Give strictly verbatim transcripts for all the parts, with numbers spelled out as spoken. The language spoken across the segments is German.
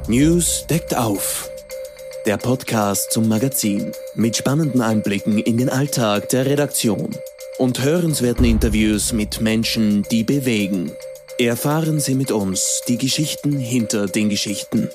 News deckt auf. Der Podcast zum Magazin mit spannenden Einblicken in den Alltag der Redaktion und hörenswerten Interviews mit Menschen, die bewegen. Erfahren Sie mit uns die Geschichten hinter den Geschichten.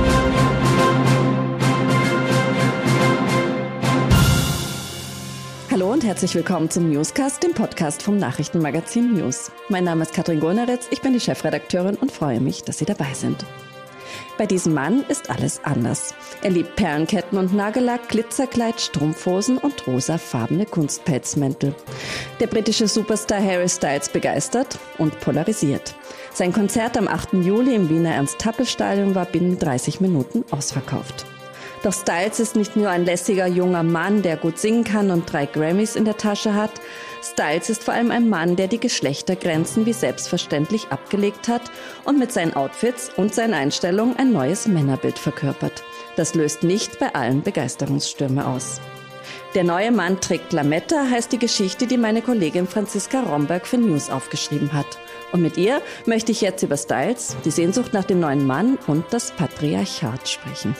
Hallo und herzlich willkommen zum Newscast, dem Podcast vom Nachrichtenmagazin News. Mein Name ist Katrin Gurneritz, ich bin die Chefredakteurin und freue mich, dass Sie dabei sind. Bei diesem Mann ist alles anders. Er liebt Perlenketten und Nagellack, Glitzerkleid, Strumpfhosen und rosafarbene Kunstpelzmäntel. Der britische Superstar Harry Styles begeistert und polarisiert. Sein Konzert am achten Juli im Wiener Ernst-Happel-Stadion war binnen dreißig Minuten ausverkauft. Doch Styles ist nicht nur ein lässiger junger Mann, der gut singen kann und drei Grammys in der Tasche hat. Styles ist vor allem ein Mann, der die Geschlechtergrenzen wie selbstverständlich abgelegt hat und mit seinen Outfits und seinen Einstellungen ein neues Männerbild verkörpert. Das löst nicht bei allen Begeisterungsstürme aus. Der neue Mann trägt Lametta heißt die Geschichte, die meine Kollegin Franziska Romberg für News aufgeschrieben hat. Und mit ihr möchte ich jetzt über Styles, die Sehnsucht nach dem neuen Mann und das Patriarchat sprechen.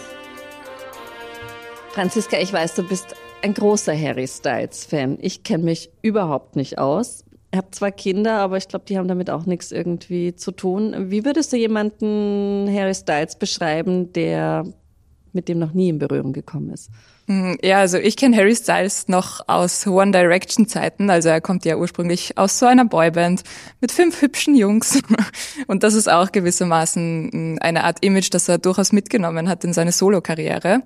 Franziska, ich weiß, du bist ein großer Harry Styles-Fan. Ich kenne mich überhaupt nicht aus. Ich habe zwar Kinder, aber ich glaube, die haben damit auch nichts irgendwie zu tun. Wie würdest du jemanden Harry Styles beschreiben, der mit dem noch nie in Berührung gekommen ist? Ja, also ich kenne Harry Styles noch aus One Direction Zeiten. Also er kommt ja ursprünglich aus so einer Boyband mit fünf hübschen Jungs. Und das ist auch gewissermaßen eine Art Image, das er durchaus mitgenommen hat in seine Solo-Karriere.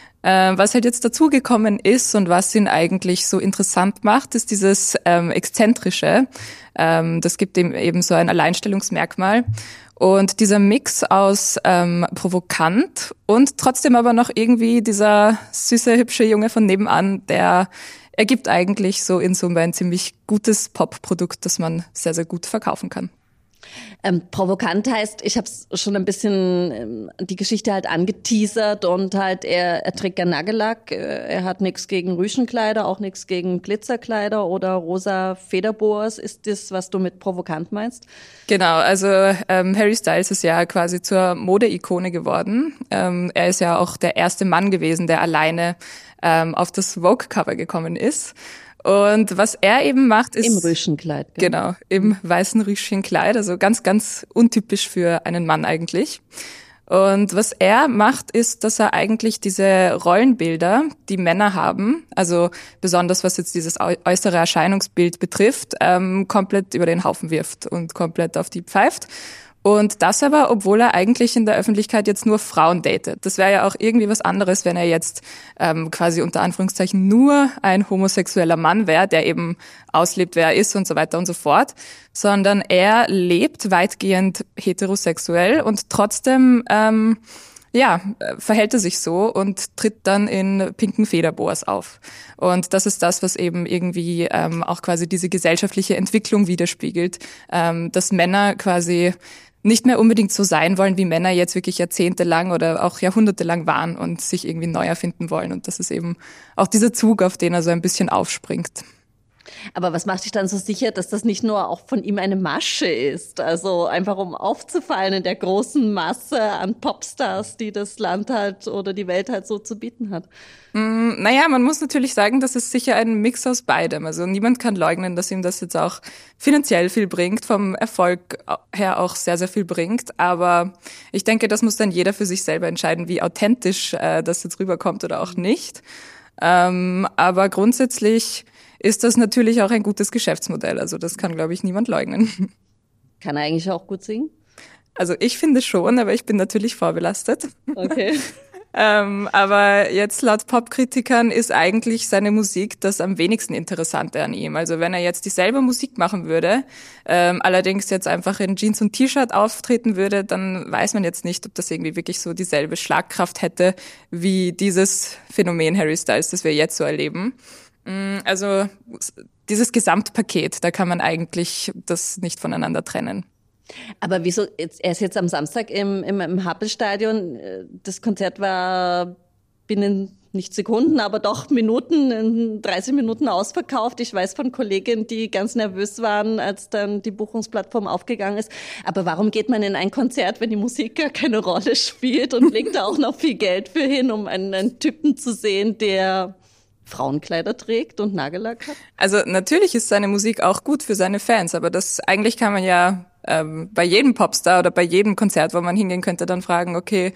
Was halt jetzt dazugekommen ist und was ihn eigentlich so interessant macht, ist dieses ähm, Exzentrische. Ähm, das gibt ihm eben so ein Alleinstellungsmerkmal. Und dieser Mix aus ähm, provokant und trotzdem aber noch irgendwie dieser süße, hübsche Junge von nebenan, der ergibt eigentlich so in Summe ein ziemlich gutes Pop-Produkt, das man sehr, sehr gut verkaufen kann. Ähm, provokant heißt, ich habe schon ein bisschen ähm, die Geschichte halt angeteasert und halt er, er trägt ja Nagellack, äh, er hat nichts gegen Rüschenkleider, auch nichts gegen Glitzerkleider oder rosa Federboas. Ist das, was du mit provokant meinst? Genau, also ähm, Harry Styles ist ja quasi zur Mode-Ikone geworden. Ähm, er ist ja auch der erste Mann gewesen, der alleine ähm, auf das Vogue-Cover gekommen ist. Und was er eben macht, ist... Im Rüschenkleid. Genau, im weißen Rüschenkleid, also ganz, ganz untypisch für einen Mann eigentlich. Und was er macht, ist, dass er eigentlich diese Rollenbilder, die Männer haben, also besonders was jetzt dieses äußere Erscheinungsbild betrifft, ähm, komplett über den Haufen wirft und komplett auf die pfeift. Und das aber, obwohl er eigentlich in der Öffentlichkeit jetzt nur Frauen datet. Das wäre ja auch irgendwie was anderes, wenn er jetzt ähm, quasi unter Anführungszeichen nur ein homosexueller Mann wäre, der eben auslebt, wer er ist und so weiter und so fort. Sondern er lebt weitgehend heterosexuell und trotzdem ähm, ja, verhält er sich so und tritt dann in pinken Federboas auf. Und das ist das, was eben irgendwie ähm, auch quasi diese gesellschaftliche Entwicklung widerspiegelt, ähm, dass Männer quasi nicht mehr unbedingt so sein wollen, wie Männer jetzt wirklich jahrzehntelang oder auch jahrhundertelang waren und sich irgendwie neu erfinden wollen. Und das ist eben auch dieser Zug, auf den er so ein bisschen aufspringt. Aber was macht dich dann so sicher, dass das nicht nur auch von ihm eine Masche ist? Also einfach um aufzufallen in der großen Masse an Popstars, die das Land halt oder die Welt halt so zu bieten hat. Mm, naja, man muss natürlich sagen, das ist sicher ein Mix aus beidem. Also niemand kann leugnen, dass ihm das jetzt auch finanziell viel bringt, vom Erfolg her auch sehr, sehr viel bringt. Aber ich denke, das muss dann jeder für sich selber entscheiden, wie authentisch äh, das jetzt rüberkommt oder auch nicht. Ähm, aber grundsätzlich ist das natürlich auch ein gutes Geschäftsmodell. Also das kann, glaube ich, niemand leugnen. Kann er eigentlich auch gut singen? Also ich finde schon, aber ich bin natürlich vorbelastet. Okay. ähm, aber jetzt laut Popkritikern ist eigentlich seine Musik das am wenigsten Interessante an ihm. Also wenn er jetzt dieselbe Musik machen würde, ähm, allerdings jetzt einfach in Jeans und T-Shirt auftreten würde, dann weiß man jetzt nicht, ob das irgendwie wirklich so dieselbe Schlagkraft hätte wie dieses Phänomen Harry Styles, das wir jetzt so erleben. Also dieses Gesamtpaket, da kann man eigentlich das nicht voneinander trennen. Aber wieso, er ist jetzt am Samstag im, im, im Happel-Stadion, das Konzert war binnen nicht Sekunden, aber doch Minuten, in dreißig Minuten ausverkauft. Ich weiß von Kolleginnen, die ganz nervös waren, als dann die Buchungsplattform aufgegangen ist. Aber warum geht man in ein Konzert, wenn die Musik gar keine Rolle spielt und legt da auch noch viel Geld für hin, um einen, einen Typen zu sehen, der Frauenkleider trägt und Nagellack hat? Also natürlich ist seine Musik auch gut für seine Fans, aber das eigentlich kann man ja ähm, bei jedem Popstar oder bei jedem Konzert, wo man hingehen könnte, dann fragen, okay,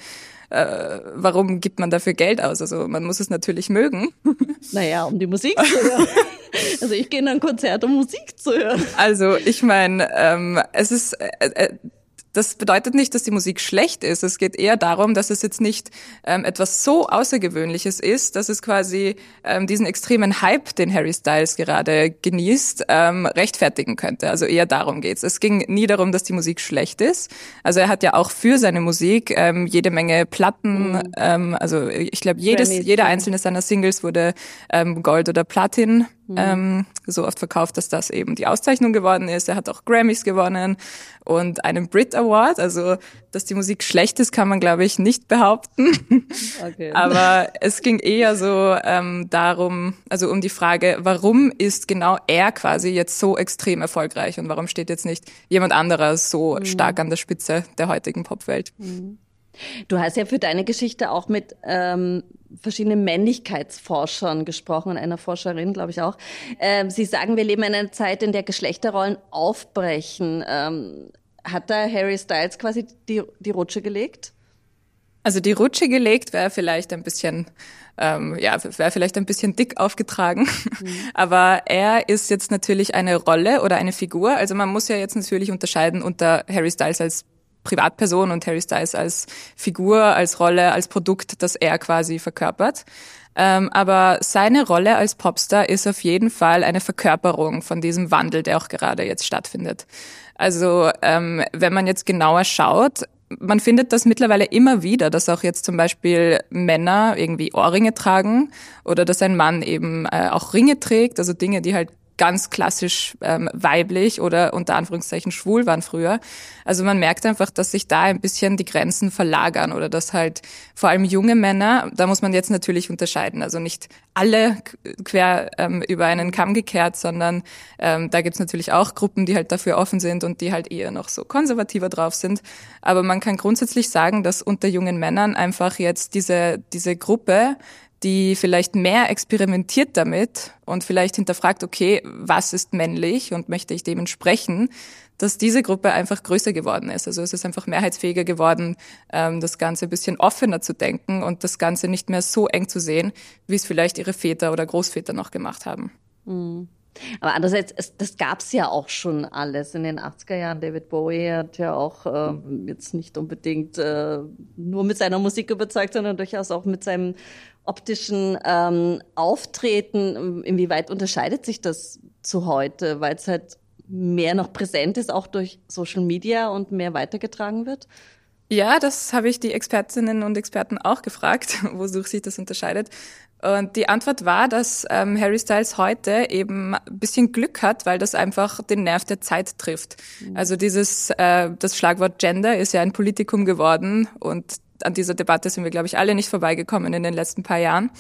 Äh, warum gibt man dafür Geld aus? Also man muss es natürlich mögen. Naja, um die Musik zu hören. Also ich gehe in ein Konzert, um Musik zu hören. Also ich meine, ähm, es ist... Äh, äh, Das bedeutet nicht, dass die Musik schlecht ist. Es geht eher darum, dass es jetzt nicht ähm, etwas so Außergewöhnliches ist, dass es quasi ähm, diesen extremen Hype, den Harry Styles gerade genießt, ähm, rechtfertigen könnte. Also eher darum geht's. Es ging nie darum, dass die Musik schlecht ist. Also er hat ja auch für seine Musik ähm, jede Menge Platten. Mhm. Ähm, also ich glaube, jedes, jeder einzelne seiner Singles wurde ähm, Gold oder Platin. Mhm. Ähm, so oft verkauft, dass das eben die Auszeichnung geworden ist. Er hat auch Grammys gewonnen und einen Brit Award. Also, dass die Musik schlecht ist, kann man, glaube ich, nicht behaupten. Okay. Aber es ging eher so ähm, darum, also um die Frage, warum ist genau er quasi jetzt so extrem erfolgreich und warum steht jetzt nicht jemand anderer so mhm. stark an der Spitze der heutigen Popwelt? Mhm. Du hast ja für deine Geschichte auch mit ähm, verschiedenen Männlichkeitsforschern gesprochen, einer Forscherin, glaube ich auch. Ähm, Sie sagen, wir leben in einer Zeit, in der Geschlechterrollen aufbrechen. Ähm, hat da Harry Styles quasi die, die Rutsche gelegt? Also die Rutsche gelegt wäre vielleicht ein bisschen, ähm, ja, wäre vielleicht ein bisschen dick aufgetragen. Mhm. Aber er ist jetzt natürlich eine Rolle oder eine Figur. Also man muss ja jetzt natürlich unterscheiden unter Harry Styles als Privatperson und Harry Styles als Figur, als Rolle, als Produkt, das er quasi verkörpert. Ähm, aber seine Rolle als Popstar ist auf jeden Fall eine Verkörperung von diesem Wandel, der auch gerade jetzt stattfindet. Also ähm, wenn man jetzt genauer schaut, man findet das mittlerweile immer wieder, dass auch jetzt zum Beispiel Männer irgendwie Ohrringe tragen oder dass ein Mann eben äh, auch Ringe trägt, also Dinge, die halt ganz klassisch ähm, weiblich oder unter Anführungszeichen schwul waren früher. Also man merkt einfach, dass sich da ein bisschen die Grenzen verlagern oder dass halt vor allem junge Männer, da muss man jetzt natürlich unterscheiden, also nicht alle quer ähm, über einen Kamm gekehrt, sondern ähm, da gibt's natürlich auch Gruppen, die halt dafür offen sind und die halt eher noch so konservativer drauf sind. Aber man kann grundsätzlich sagen, dass unter jungen Männern einfach jetzt diese diese Gruppe, die vielleicht mehr experimentiert damit und vielleicht hinterfragt, okay, was ist männlich und möchte ich dem entsprechen, dass diese Gruppe einfach größer geworden ist. Also es ist einfach mehrheitsfähiger geworden, das Ganze ein bisschen offener zu denken und das Ganze nicht mehr so eng zu sehen, wie es vielleicht ihre Väter oder Großväter noch gemacht haben. Mhm. Aber andererseits, es, das gab's ja auch schon alles in den achtziger Jahren. David Bowie hat ja auch äh, jetzt nicht unbedingt äh, nur mit seiner Musik überzeugt, sondern durchaus auch mit seinem optischen ähm, Auftreten. Inwieweit unterscheidet sich das zu heute, weil es halt mehr noch präsent ist, auch durch Social Media und mehr weitergetragen wird? Ja, das habe ich die Expertinnen und Experten auch gefragt, wodurch sich das unterscheidet. Und die Antwort war, dass ähm, Harry Styles heute eben ein bisschen Glück hat, weil das einfach den Nerv der Zeit trifft. Mhm. Also dieses, äh, das Schlagwort Gender ist ja ein Politikum geworden und an dieser Debatte sind wir, glaube ich, alle nicht vorbeigekommen in den letzten paar Jahren.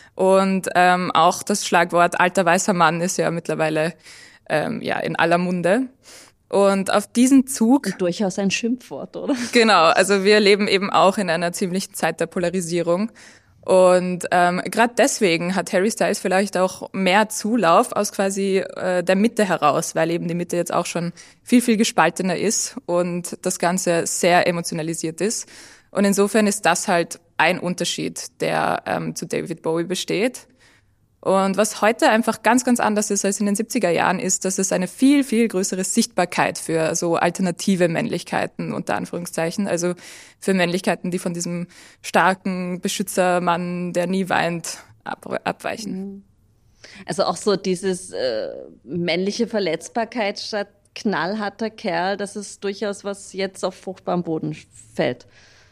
Und ähm, auch das Schlagwort alter weißer Mann ist ja mittlerweile ähm, ja in aller Munde. Und auf diesen Zug... Und durchaus ein Schimpfwort, oder? Genau, also wir leben eben auch in einer ziemlichen Zeit der Polarisierung. Und ähm, gerade deswegen hat Harry Styles vielleicht auch mehr Zulauf aus quasi äh, der Mitte heraus, weil eben die Mitte jetzt auch schon viel, viel gespaltener ist und das Ganze sehr emotionalisiert ist. Und insofern ist das halt ein Unterschied, der ähm, zu David Bowie besteht. Und was heute einfach ganz, ganz anders ist als in den siebziger Jahren, ist, dass es eine viel, viel größere Sichtbarkeit für so alternative Männlichkeiten, unter Anführungszeichen, also für Männlichkeiten, die von diesem starken Beschützermann, der nie weint, ab, abweichen. Also auch so dieses äh, männliche Verletzbarkeit statt knallharter Kerl, das ist durchaus was jetzt auf fruchtbarem Boden fällt.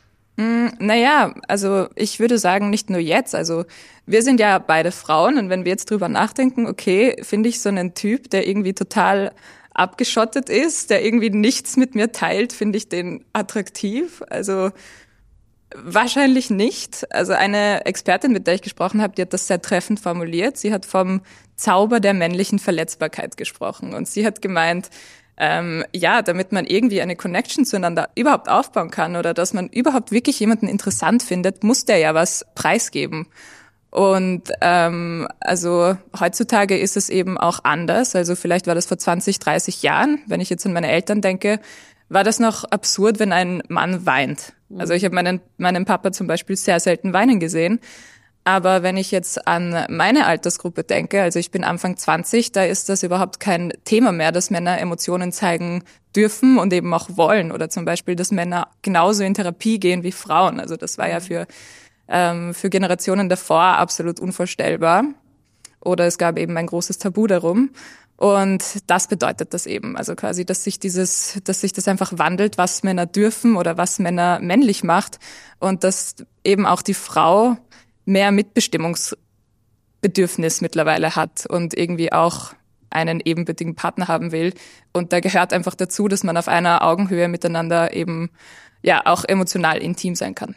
Mm, naja, also ich würde sagen, nicht nur jetzt, also wir sind ja beide Frauen und wenn wir jetzt drüber nachdenken, okay, finde ich so einen Typ, der irgendwie total abgeschottet ist, der irgendwie nichts mit mir teilt, finde ich den attraktiv. Also Wahrscheinlich nicht. Also eine Expertin, mit der ich gesprochen habe, die hat das sehr treffend formuliert. Sie hat vom Zauber der männlichen Verletzbarkeit gesprochen. Und sie hat gemeint, ähm, ja, damit man irgendwie eine Connection zueinander überhaupt aufbauen kann oder dass man überhaupt wirklich jemanden interessant findet, muss der ja was preisgeben. Und ähm, also heutzutage ist es eben auch anders. Also vielleicht war das vor zwanzig, dreißig Jahren, wenn ich jetzt an meine Eltern denke, war das noch absurd, wenn ein Mann weint. Also ich habe meinen, meinen Papa zum Beispiel sehr selten weinen gesehen. Aber wenn ich jetzt an meine Altersgruppe denke, also ich bin Anfang zwanzig, da ist das überhaupt kein Thema mehr, dass Männer Emotionen zeigen dürfen und eben auch wollen. Oder zum Beispiel, dass Männer genauso in Therapie gehen wie Frauen. Also das war ja für, ähm, für Generationen davor absolut unvorstellbar. Oder es gab eben ein großes Tabu darum. Und das bedeutet das eben, also quasi, dass sich dieses, dass sich das einfach wandelt, was Männer dürfen oder was Männer männlich macht und dass eben auch die Frau mehr Mitbestimmungsbedürfnis mittlerweile hat und irgendwie auch einen ebenbürtigen Partner haben will. Und da gehört einfach dazu, dass man auf einer Augenhöhe miteinander eben ja auch emotional intim sein kann.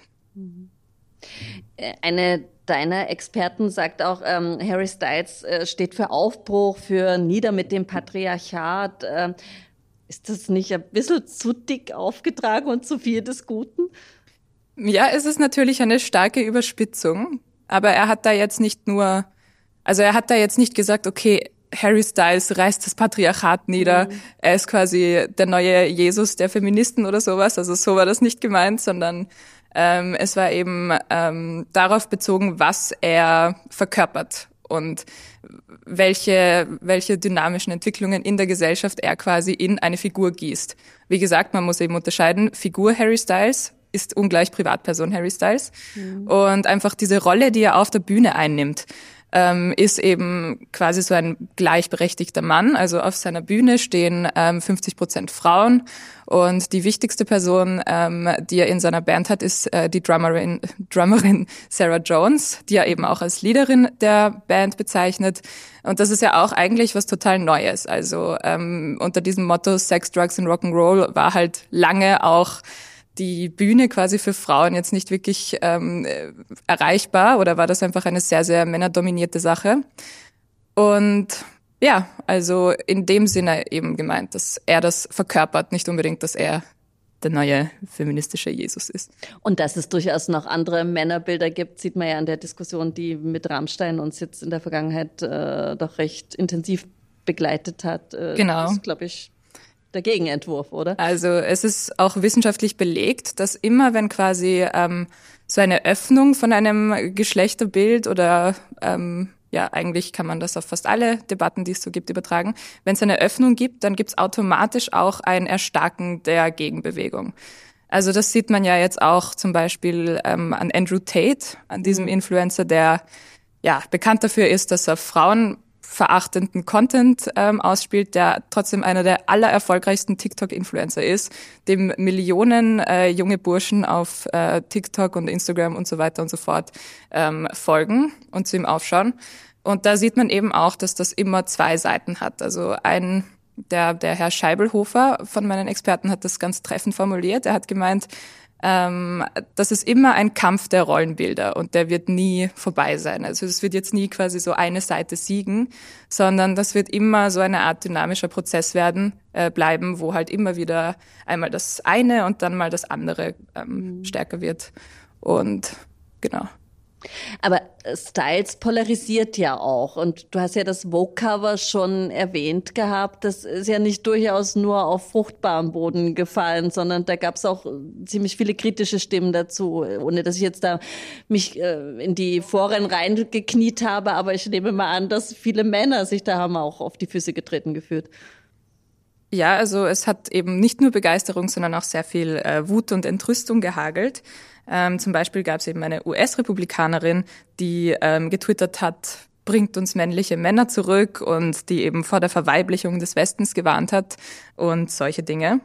Eine deiner Experten sagt auch, ähm, Harry Styles äh, steht für Aufbruch, für Nieder mit dem Patriarchat. Äh, ist das nicht ein bisschen zu dick aufgetragen und zu viel des Guten? Ja, es ist natürlich eine starke Überspitzung, aber er hat da jetzt nicht nur, also er hat da jetzt nicht gesagt, okay, Harry Styles reißt das Patriarchat nieder, mhm. er ist quasi der neue Jesus der Feministen oder sowas, also so war das nicht gemeint, sondern ähm, es war eben ähm, darauf bezogen, was er verkörpert und welche welche dynamischen Entwicklungen in der Gesellschaft er quasi in eine Figur gießt. Wie gesagt, man muss eben unterscheiden, Figur Harry Styles ist ungleich Privatperson Harry Styles. Mhm. Und einfach diese Rolle, die er auf der Bühne einnimmt, ähm, ist eben quasi so ein gleichberechtigter Mann. Also auf seiner Bühne stehen ähm, fünfzig Prozent Frauen und die wichtigste Person, ähm, die er in seiner Band hat, ist äh, die Drummerin, Drummerin Sarah Jones, die er eben auch als Leaderin der Band bezeichnet. Und das ist ja auch eigentlich was total Neues. Also ähm, unter diesem Motto Sex, Drugs and Rock'n'Roll war halt lange auch die Bühne quasi für Frauen jetzt nicht wirklich ähm, erreichbar oder war das einfach eine sehr, sehr männerdominierte Sache. Und ja, also in dem Sinne eben gemeint, dass er das verkörpert, nicht unbedingt, dass er der neue feministische Jesus ist. Und dass es durchaus noch andere Männerbilder gibt, sieht man ja an der Diskussion, die mit Rammstein uns jetzt in der Vergangenheit äh, doch recht intensiv begleitet hat. Äh, genau. Das ist, glaube ich, der Gegenentwurf, oder? Also es ist auch wissenschaftlich belegt, dass immer, wenn quasi ähm, so eine Öffnung von einem Geschlechterbild oder ähm, ja, eigentlich kann man das auf fast alle Debatten, die es so gibt, übertragen. Wenn es eine Öffnung gibt, dann gibt es automatisch auch ein Erstarken der Gegenbewegung. Also das sieht man ja jetzt auch zum Beispiel ähm, an Andrew Tate, an diesem mhm. Influencer, der ja bekannt dafür ist, dass er Frauen verachtenden Content ähm, ausspielt, der trotzdem einer der allererfolgreichsten TikTok-Influencer ist, dem Millionen äh, junge Burschen auf äh, TikTok und Instagram und so weiter und so fort ähm, folgen und zu ihm aufschauen. Und da sieht man eben auch, dass das immer zwei Seiten hat. Also ein der der Herr Scheibelhofer von meinen Experten hat das ganz treffend formuliert. Er hat gemeint, Ähm, das ist immer ein Kampf der Rollenbilder und der wird nie vorbei sein. Also es wird jetzt nie quasi so eine Seite siegen, sondern das wird immer so eine Art dynamischer Prozess werden, äh, bleiben, wo halt immer wieder einmal das eine und dann mal das andere ähm, mhm. stärker wird. Und genau. Aber Styles polarisiert ja auch und du hast ja das Vogue-Cover schon erwähnt gehabt, das ist ja nicht durchaus nur auf fruchtbarem Boden gefallen, sondern da gab es auch ziemlich viele kritische Stimmen dazu, ohne dass ich jetzt da mich äh, in die Foren reingekniet habe, aber ich nehme mal an, dass viele Männer sich da haben auch auf die Füße getreten gefühlt. Ja, also es hat eben nicht nur Begeisterung, sondern auch sehr viel äh, Wut und Entrüstung gehagelt. Ähm, zum Beispiel gab es eben eine U S-Republikanerin, die ähm, getwittert hat, bringt uns männliche Männer zurück und die eben vor der Verweiblichung des Westens gewarnt hat und solche Dinge.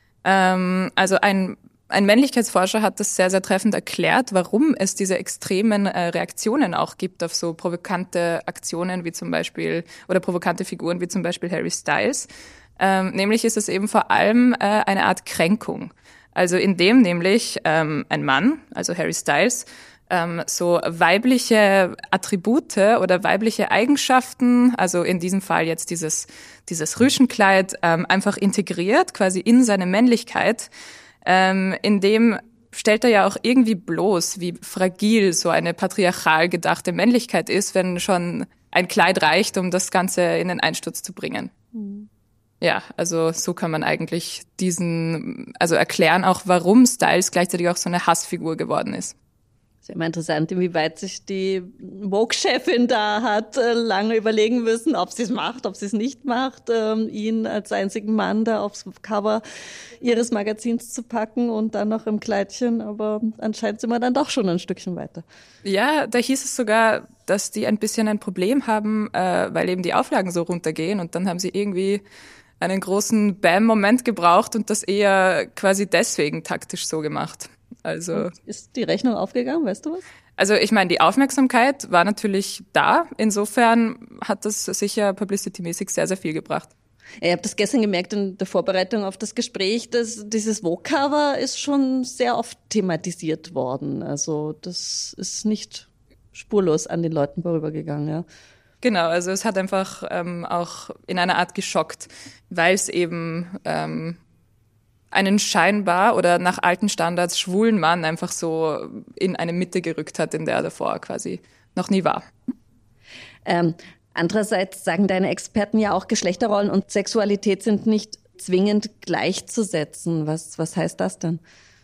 Ähm, also ein, ein Männlichkeitsforscher hat das sehr, sehr treffend erklärt, warum es diese extremen äh, Reaktionen auch gibt auf so provokante Aktionen wie zum Beispiel oder provokante Figuren wie zum Beispiel Harry Styles. Ähm, nämlich ist es eben vor allem äh, eine Art Kränkung. Also indem nämlich ähm, ein Mann, also Harry Styles, ähm, so weibliche Attribute oder weibliche Eigenschaften, also in diesem Fall jetzt dieses dieses Rüschenkleid, ähm, einfach integriert, quasi in seine Männlichkeit, ähm, indem stellt er ja auch irgendwie bloß, wie fragil so eine patriarchal gedachte Männlichkeit ist, wenn schon ein Kleid reicht, um das Ganze in den Einsturz zu bringen. Mhm. Ja, also so kann man eigentlich diesen, also erklären auch, warum Styles gleichzeitig auch so eine Hassfigur geworden ist. Ist ja immer interessant, inwieweit sich die Vogue-Chefin da hat äh, lange überlegen müssen, ob sie es macht, ob sie es nicht macht, ähm, ihn als einzigen Mann da aufs Cover ihres Magazins zu packen und dann noch im Kleidchen. Aber anscheinend sind wir dann doch schon ein Stückchen weiter. Ja, da hieß es sogar, dass die ein bisschen ein Problem haben, äh, weil eben die Auflagen so runtergehen. Und dann haben sie irgendwie einen großen Bam-Moment gebraucht und das eher quasi deswegen taktisch so gemacht. Also und ist die Rechnung aufgegangen, weißt du was? Also ich meine, die Aufmerksamkeit war natürlich da. Insofern hat das sicher publicity-mäßig sehr, sehr viel gebracht. Ich habe das gestern gemerkt in der Vorbereitung auf das Gespräch, dass dieses Vogue-Cover ist schon sehr oft thematisiert worden. Also das ist nicht spurlos an den Leuten vorübergegangen, ja. Genau, also es hat einfach ähm, auch in einer Art geschockt, weil es eben ähm, einen scheinbar oder nach alten Standards schwulen Mann einfach so in eine Mitte gerückt hat, in der er davor quasi noch nie war. Ähm, andererseits sagen deine Experten ja auch, Geschlechterrollen und Sexualität sind nicht zwingend gleichzusetzen. Was, was heißt das denn?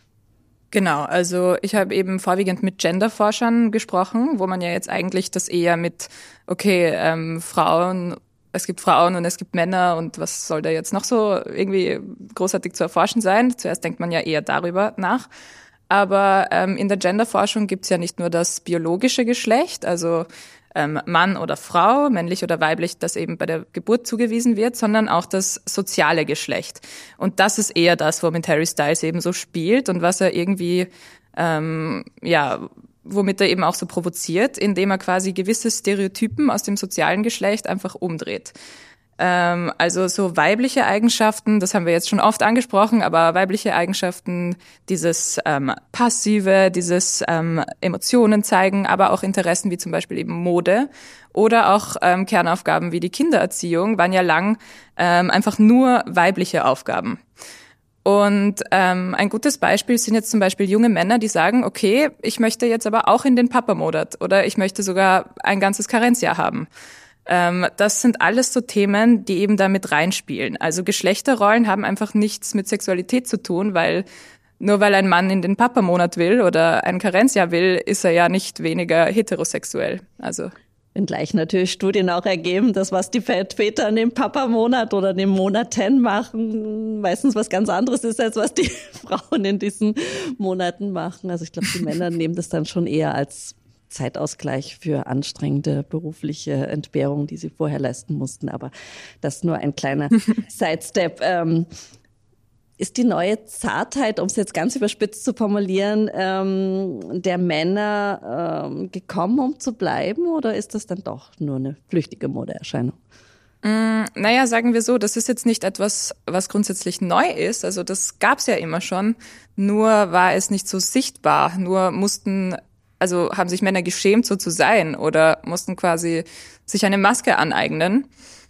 Genau, also ich habe eben vorwiegend mit Genderforschern gesprochen, wo man ja jetzt eigentlich das eher mit, okay, ähm, Frauen, es gibt Frauen und es gibt Männer und was soll da jetzt noch so irgendwie großartig zu erforschen sein? Zuerst denkt man ja eher darüber nach. Aber ähm, in der Genderforschung gibt's ja nicht nur das biologische Geschlecht, also ähm, Mann oder Frau, männlich oder weiblich, das eben bei der Geburt zugewiesen wird, sondern auch das soziale Geschlecht. Und das ist eher das, womit Harry Styles eben so spielt und was er irgendwie, ähm, ja, womit er eben auch so provoziert, indem er quasi gewisse Stereotypen aus dem sozialen Geschlecht einfach umdreht. Ähm, also so weibliche Eigenschaften, das haben wir jetzt schon oft angesprochen, aber weibliche Eigenschaften, dieses ähm, Passive, dieses ähm, Emotionen zeigen, aber auch Interessen wie zum Beispiel eben Mode oder auch ähm, Kernaufgaben wie die Kindererziehung waren ja lang ähm, einfach nur weibliche Aufgaben. Und ähm, ein gutes Beispiel sind jetzt zum Beispiel junge Männer, die sagen, okay, ich möchte jetzt aber auch in den Papa-Monat oder ich möchte sogar ein ganzes Karenzjahr haben. Ähm, das sind alles so Themen, die eben da mit reinspielen. Also Geschlechterrollen haben einfach nichts mit Sexualität zu tun, weil nur weil ein Mann in den Papa-Monat will oder ein Karenzjahr will, ist er ja nicht weniger heterosexuell. Also Wenngleich natürlich Studien auch ergeben, dass was die Väter in dem Papa-Monat oder dem Monaten machen, meistens was ganz anderes ist, als was die Frauen in diesen Monaten machen. Also ich glaube, die Männer nehmen das dann schon eher als Zeitausgleich für anstrengende berufliche Entbehrungen, die sie vorher leisten mussten. Aber das nur ein kleiner Sidestep. Ähm, Ist die neue Zartheit, um es jetzt ganz überspitzt zu formulieren, ähm, der Männer ähm, gekommen, um zu bleiben, oder ist das dann doch nur eine flüchtige Modeerscheinung? Mm, naja, sagen wir so, das ist jetzt nicht etwas, was grundsätzlich neu ist. Also das gab's ja immer schon, nur war es nicht so sichtbar. Nur mussten, also haben sich Männer geschämt, so zu sein oder mussten quasi sich eine Maske aneignen.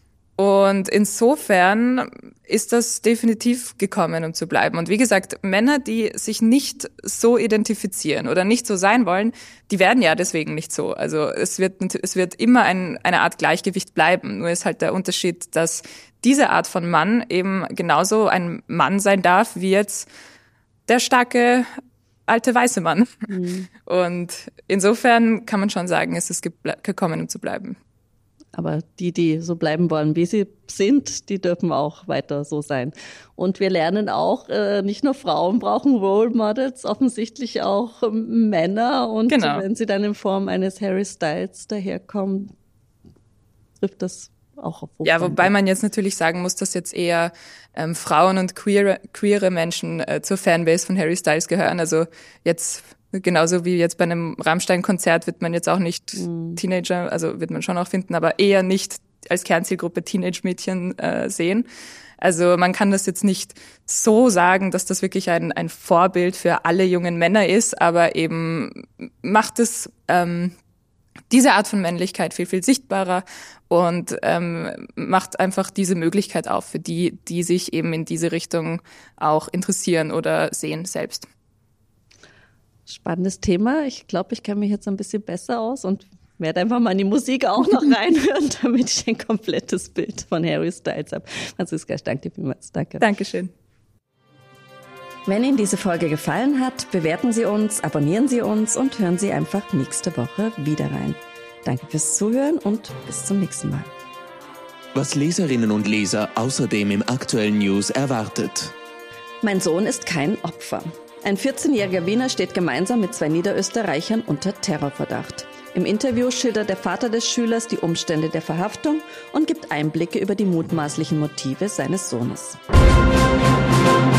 Und insofern ist das definitiv gekommen, um zu bleiben. Und wie gesagt, Männer, die sich nicht so identifizieren oder nicht so sein wollen, die werden ja deswegen nicht so. Also es wird es wird immer ein, eine Art Gleichgewicht bleiben. Nur ist halt der Unterschied, dass diese Art von Mann eben genauso ein Mann sein darf, wie jetzt der starke alte weiße Mann. Mhm. Und insofern kann man schon sagen, es ist gekommen, um zu bleiben. Aber die, die so bleiben wollen, wie sie sind, die dürfen auch weiter so sein. Und wir lernen auch, äh, nicht nur Frauen brauchen Role Models, offensichtlich auch ähm, Männer. Und genau. Wenn sie dann in Form eines Harry Styles daherkommen, trifft das auch auf Hochkant. Ja, wobei man jetzt natürlich sagen muss, dass jetzt eher ähm, Frauen und queere, queere Menschen äh, zur Fanbase von Harry Styles gehören. Also jetzt genauso wie jetzt bei einem Rammstein-Konzert wird man jetzt auch nicht mhm. Teenager, also wird man schon auch finden, aber eher nicht als Kernzielgruppe Teenage-Mädchen äh, sehen. Also man kann das jetzt nicht so sagen, dass das wirklich ein, ein Vorbild für alle jungen Männer ist, aber eben macht es ähm, diese Art von Männlichkeit viel, viel sichtbarer und ähm, macht einfach diese Möglichkeit auf für die, die sich eben in diese Richtung auch interessieren oder sehen selbst. Spannendes Thema. Ich glaube, ich kenne mich jetzt ein bisschen besser aus und werde einfach mal in die Musik auch noch reinhören, damit ich ein komplettes Bild von Harry Styles habe. Franziska, ich danke dir vielmals. Danke. Dankeschön. Wenn Ihnen diese Folge gefallen hat, bewerten Sie uns, abonnieren Sie uns und hören Sie einfach nächste Woche wieder rein. Danke fürs Zuhören und bis zum nächsten Mal. Was Leserinnen und Leser außerdem im aktuellen News erwartet. Mein Sohn ist kein Opfer. Ein vierzehnjähriger Wiener steht gemeinsam mit zwei Niederösterreichern unter Terrorverdacht. Im Interview schildert der Vater des Schülers die Umstände der Verhaftung und gibt Einblicke über die mutmaßlichen Motive seines Sohnes.